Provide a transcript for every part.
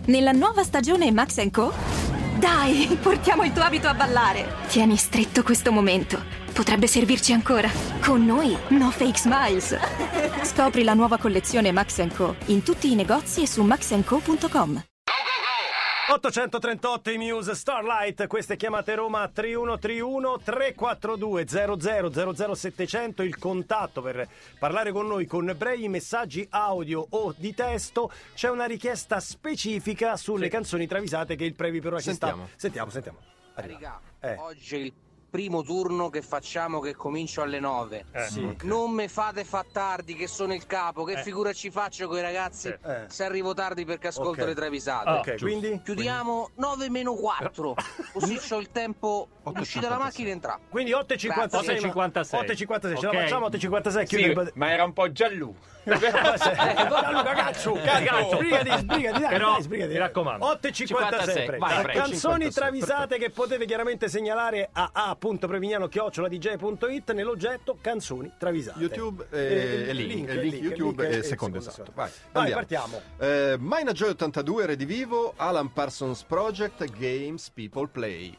Nella nuova stagione Max & Co? Dai, portiamo il tuo abito a ballare. Tieni stretto questo momento. Potrebbe servirci ancora. Con noi, no fake smiles. Scopri la nuova collezione Max & Co in tutti i negozi e su maxandco.com. 838 i Muse Starlight, queste chiamate Roma 3131 342 00 700, il contatto per parlare con noi con brevi messaggi audio o di testo. C'è una richiesta specifica sulle canzoni travisate che il Previ però ci sta. Sentiamo. Raga, oggi è il primo turno che facciamo, che comincio alle 9. Sì. Non me fate fa tardi, che sono il capo. Che figura ci faccio con i ragazzi se arrivo tardi perché ascolto le travisate? Ok, quindi? Chiudiamo 9 meno 4, così c'ho il tempo di uscire dalla macchina e entrare. Quindi 8.56. 8.56, ce la facciamo 8.56. Sì, ma era un po' giallù. Gianluca Cazzo, sbrigati, però sbrigati. mi raccomando. 8.56. Vai, Canzoni 56, travisate che potete chiaramente segnalare a a.prevignano@dj.it nell'oggetto canzoni travisate. YouTube e link YouTube e secondo esatto. Vai, partiamo. Mina Joy 82, Redivivo, Alan Parsons Project, Games People Play.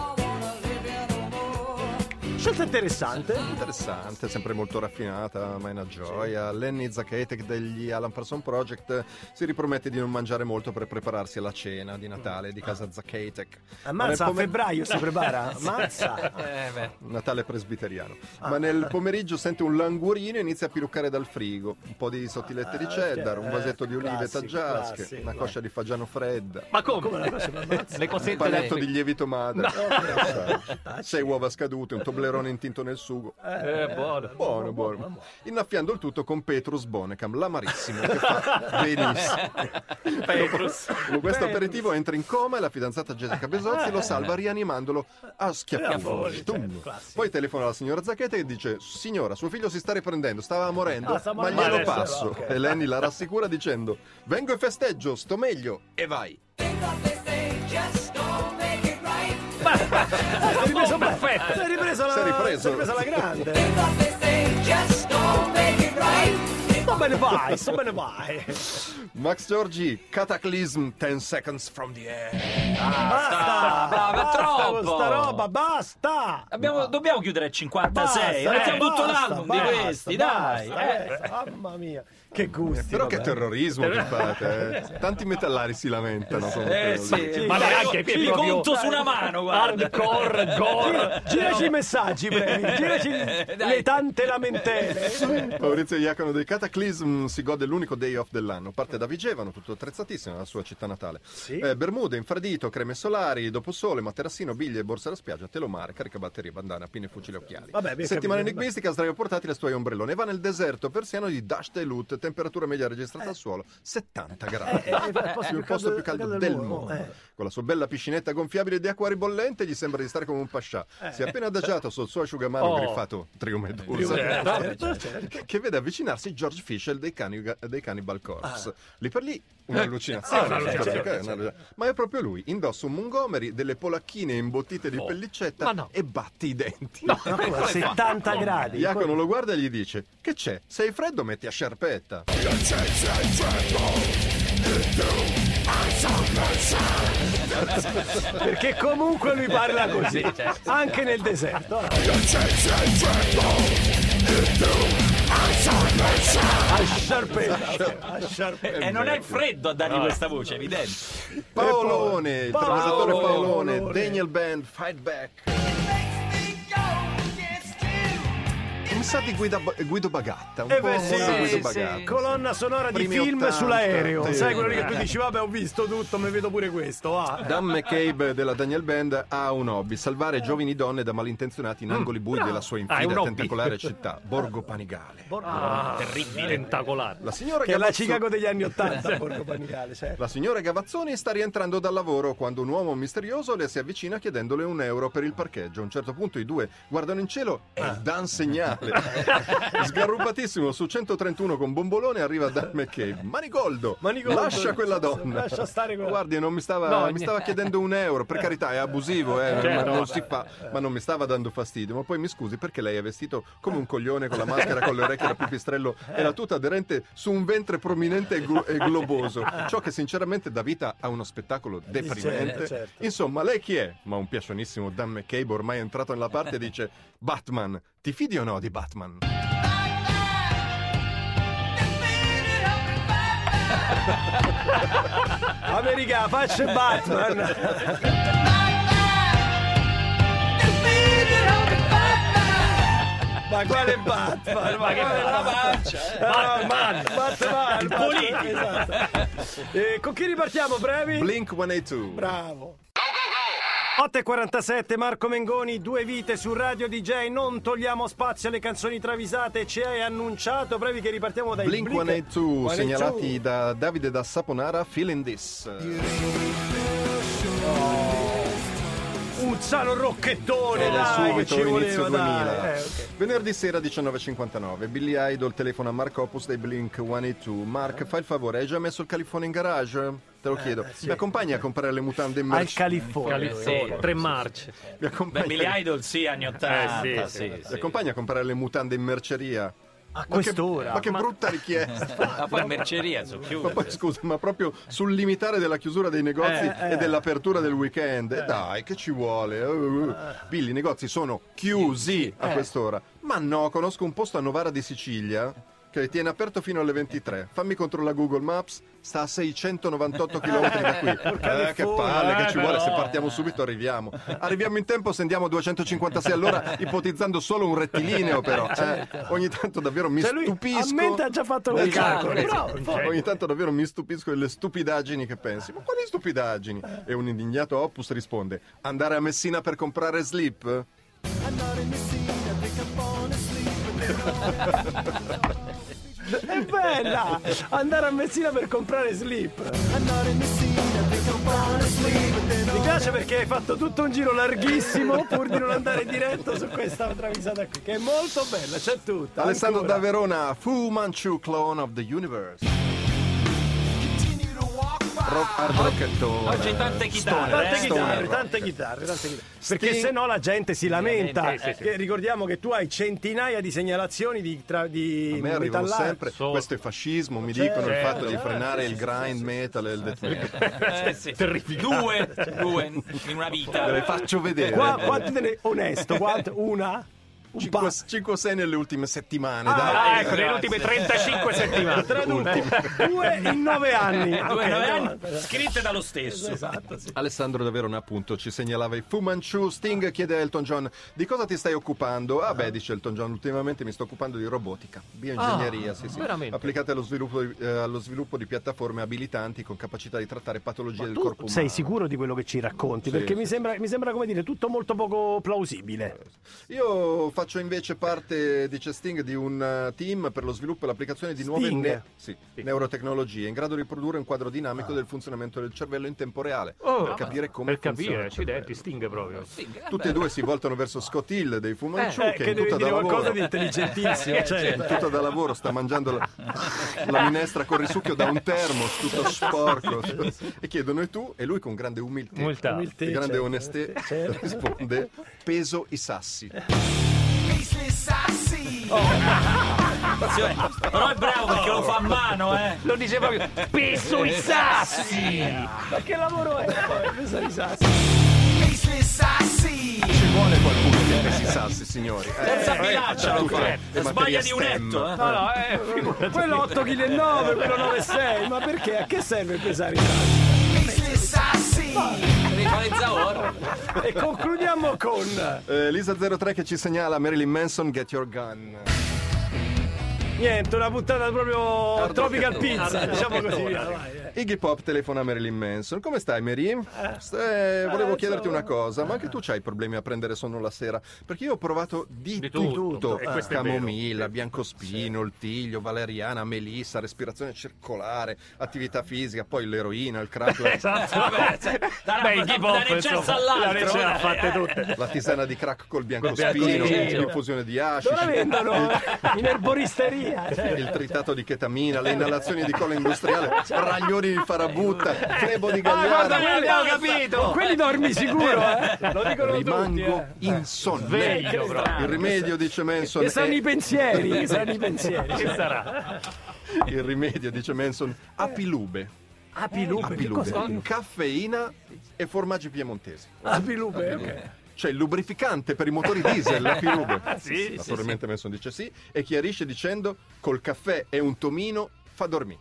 Scelta interessante, sempre molto raffinata. Mina Joy. Lenny Zakatek degli Alan Parsons Project si ripromette di non mangiare molto per prepararsi alla cena di Natale di casa Zakatek. Ammazza, a febbraio si prepara? Ammazza. Natale presbiteriano. Ma nel pomeriggio sente un languorino e inizia a piluccare dal frigo. Un po' di sottilette di cheddar, un vasetto di olive taggiasche, una coscia di fagiano fredda. Ma come? Le Un cosette panetto di lievito madre. 6 uova scadute, un toblerone intinto nel sugo. Buono. Innaffiando il tutto con Petrus Bonekam, l'amarissimo, che fa benissimo. Con questo aperitivo entra in coma e la fidanzata Jessica Besozzi lo salva rianimandolo a schiaffoni. Poi telefona alla signora Zacchetta e dice: signora, suo figlio si sta riprendendo, stava morendo, ma glielo passo. Okay. E Lenny la rassicura dicendo: vengo e festeggio, sto meglio, e vai. Sei ripreso perfetto. Sei ripreso alla grande. Sto bene vai. Max Giorgi, Cataclysm, 10 Seconds from the Air. Basta, troppo. Questa roba, basta. Dobbiamo chiudere il 56. Mettiamo tutto l'album di questi, dai. Mamma mia, che gusti. Però che terrorismo che fate, Tanti metallari si lamentano. Ma neanche li conto su una mano, guarda. Hardcore, gore. Giraci i messaggi, Previ. Giraci le tante lamentele. Maurizio Iacono dei Cataclysm si gode l'unico day off dell'anno. Parte da Vigevano, tutto attrezzatissimo nella sua città natale. Bermude, infradito, creme solari, dopo sole, materassino, biglie, borsa da spiaggia, telomare, caricabatterie, bandana, pinne, fucili, occhiali. Settimana enigmistica, sdraio portatile, stuoi ombrellone. Va nel deserto persiano di Dash Telut, temperatura media registrata al suolo 70 gradi. Il posto più caldo del mondo. Con la sua bella piscinetta gonfiabile di acqua ribollente gli sembra di stare come un pascià. Si è appena adagiato sul suo asciugamano griffato Trio Medusa, che vede avvicinarsi George Fischel dei Cannibal Corpse. Lì per lì un'allucinazione, ma è proprio lui. Indossa un Montgomery, delle polacchine imbottite di pellicetta e batti i denti. 70 gradi. Iacono lo guarda e gli dice: che c'è? Sei freddo? Metti a sciarpetta. Perché comunque lui parla così, anche nel deserto. A sciarpetta. E non è il freddo a dargli questa voce, evidente. Paolone, il travisatore Paolone, Daniel Band, Fight Back. Mi sa di Guido Bagatta, un po' Guido Bagatta. Colonna sonora di Primi film 80, sull'aereo. sì. Sai quello lì che tu dici, vabbè, ho visto tutto, mi vedo pure questo. Dan McCabe della Daniel Band ha un hobby: salvare giovani donne da malintenzionati in angoli bui della sua infida tentacolare città, Borgo Panigale. Terribile, tentacolare. La signora Che è la Gavazzoni, Chicago degli anni '80, Borgo Panigale, certo. la signora Gavazzoni sta rientrando dal lavoro quando un uomo misterioso le si avvicina chiedendole €1 per il parcheggio. A un certo punto i due guardano in cielo e Dan segnale. male. Sgarruppatissimo su 131 con Bombolone arriva Dan McCabe. Manigoldo, lascia quella donna. Lascia stare quella. Guardi, non mi stava chiedendo €1, per carità, è abusivo, non si fa, ma non mi stava dando fastidio. Ma poi mi scusi, perché lei è vestito come un coglione con la maschera, con le orecchie da pipistrello e la tuta aderente su un ventre prominente e globoso, ciò che sinceramente dà vita a uno spettacolo deprimente. Certo. Insomma, lei chi è? Ma un piacionissimo Dan McCabe, ormai è entrato nella parte, dice: Batman, ti fidi o no di Batman? America, faccia Batman. Ma quale Batman? Ma che bella pancia, Batman, il politico. Esatto. Con chi ripartiamo, brevi? Blink 182. Bravo. 8:47, Marco Mengoni, 2 vite su Radio DJ. Non togliamo spazio alle canzoni travisate. Ci hai annunciato, brevi, che ripartiamo dai Blink 182, segnalati da Davide da Saponara. Feeling This. Un sano rocchettone, dai, subito, che ci voleva, inizio 2000. Okay. Venerdì sera 19:59, Billy Idol telefona Mark Hoppus dei Blink 182. Mark, fai il favore, hai già messo il califone in garage? Te lo chiedo. Sì. Mi accompagni a comprare le mutande in Al California. Sì. 3 marce. Mi accompagni... Billy Idol, sì, anni 80. sì. Mi accompagni a comprare le mutande in merceria? A quest'ora. Ma che brutta richiesta. Ma poi in merceria sono Ma chiuse. poi scusa, ma proprio sul limitare della chiusura dei negozi e dell'apertura del weekend. Dai, che ci vuole? Billy, i negozi sono chiusi a quest'ora. Ma no, conosco un posto a Novara di Sicilia che tiene aperto fino alle 23. Fammi controllare Google Maps, sta a 698 km da qui. Che palle, che ci vuole, se partiamo subito arriviamo. Arriviamo in tempo se andiamo a 256 all'ora, ipotizzando solo un rettilineo però. Ogni tanto davvero mi stupisco. A mente ha già fatto un calcolo. Ogni tanto davvero mi stupisco delle stupidaggini che pensi. Ma quali stupidaggini? E un indignato Opus risponde: andare a Messina per comprare slip? È bella! Andare a Messina per comprare slip. Mi piace perché hai fatto tutto un giro larghissimo pur di non andare diretto su questa travisata qui, che è molto bella, c'è tutta. Alessandro ancora. da Verona, Fu Manchu, Clone of the Universe. Hard rockettone. Oggi tante chitarre. Tante chitarre. Perché se no la gente si lamenta. Sì. Che ricordiamo che tu hai centinaia di segnalazioni di A me arrivano metallari. sempre questo è fascismo, mi dicono il fatto di frenare il grind metal e il death metal. Terrificante. Due in una vita. Ve le faccio vedere. Quanto te ne onesto? Una? 5 o 6 nelle ultime settimane. Ecco, nelle ultime 35 settimane. Tradotto 2 in 9 anni. 2 anni scritte dallo stesso. Esatto, sì. Alessandro da Verona appunto ci segnalava i Fu Manchu. Sting chiede a Elton John: di cosa ti stai occupando? Dice Elton John, ultimamente mi sto occupando di robotica, bioingegneria, sì. Veramente? Applicate allo sviluppo di piattaforme abilitanti con capacità di trattare patologie del corpo umano. Sei sicuro di quello che ci racconti? Sì, Perché sì. mi sembra come dire tutto molto poco plausibile. Io faccio invece parte, dice Sting, di un team per lo sviluppo e l'applicazione di nuove neurotecnologie in grado di produrre un quadro dinamico del funzionamento del cervello in tempo reale per capire come funziona il cervello. Sting proprio. Tutti e due si voltano verso Scott Hill dei Fu Manchu che Che in devi tutta dire da qualcosa lavoro di intelligentissimo. Cioè. in tutta da lavoro sta mangiando la minestra con risucchio da un termos tutto sporco e chiedono: e tu? E lui con grande umiltà e grande onestà risponde: peso i sassi. Però è bravo perché lo fa a mano, lo dice proprio: peso i sassi. Ma che lavoro è? Pensa ai sassi. Ci vuole qualcuno che pesi i sassi, signori. Senza bilancia lo fa. Sbaglia di un etto. Quello 8,9 kg, quello 9,6. Ma perché? A che serve pesare i sassi? Devi fare zaor. E concludiamo con Lisa03 che ci segnala Marilyn Manson, Get Your Gun. niente, una puntata proprio Hard Tropical rockettone. Pizza, diciamo così. Vai. Iggy Pop telefona a Marilyn Manson. Come stai, Mary? Volevo chiederti una cosa, ma anche tu c'hai problemi a prendere sonno la sera? Perché io ho provato di tutto. Camomilla, biancospino, il tiglio, valeriana, melissa, respirazione circolare, attività fisica, poi l'eroina, il crack. Iggy Pop all'altro, fatte tutte. La tisana di crack col biancospino, l'infusione di hashish. Dove vendono? In erboristeria. Il tritato di chetamina, le inalazioni di colla industriale, raglioni di farabutta, flebo di gagliana. Ho capito. Con quelli dormi sicuro, Lo dicono rimango tutti, insonne. Il rimedio, dice Manson, che saranno i pensieri. Che sarà? Il rimedio, dice Manson, apilube. Apilube. Caffeina e formaggi piemontesi. Apilube, ok. C'è il lubrificante per i motori diesel, l'apilube. Sì, naturalmente Manson dice sì e chiarisce dicendo: col caffè e un tomino fa dormire.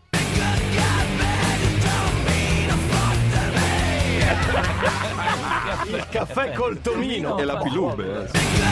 Il caffè col tomino e l'apilube.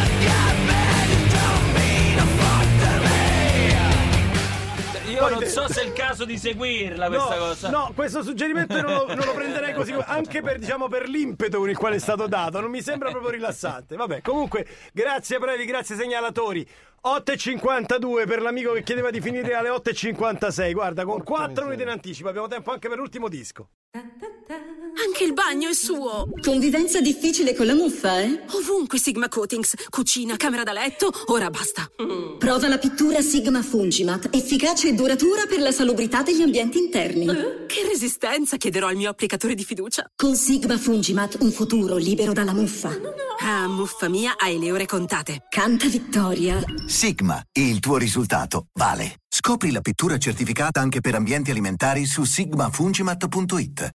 Io non so se è il caso di seguirla questa cosa. No, questo suggerimento non lo prenderei così, anche per l'impeto con il quale è stato dato. Non mi sembra proprio rilassante. Vabbè, comunque, grazie Previ, grazie segnalatori. 8.52 per l'amico che chiedeva di finire alle 8.56. Guarda, con 4 minuti in anticipo abbiamo tempo anche per l'ultimo disco. Anche il bagno è suo. Convivenza difficile con la muffa, eh? Ovunque Sigma Coatings. Cucina, camera da letto, ora basta. Prova la pittura Sigma Fungimat, efficace e duratura per la salubrità degli ambienti interni. Che resistenza, chiederò al mio applicatore di fiducia. Con Sigma Fungimat un futuro libero dalla muffa. Ah, muffa mia, hai le ore contate. Canta vittoria. Sigma, il tuo risultato vale. Scopri la pittura certificata anche per ambienti alimentari su sigmafungimat.it.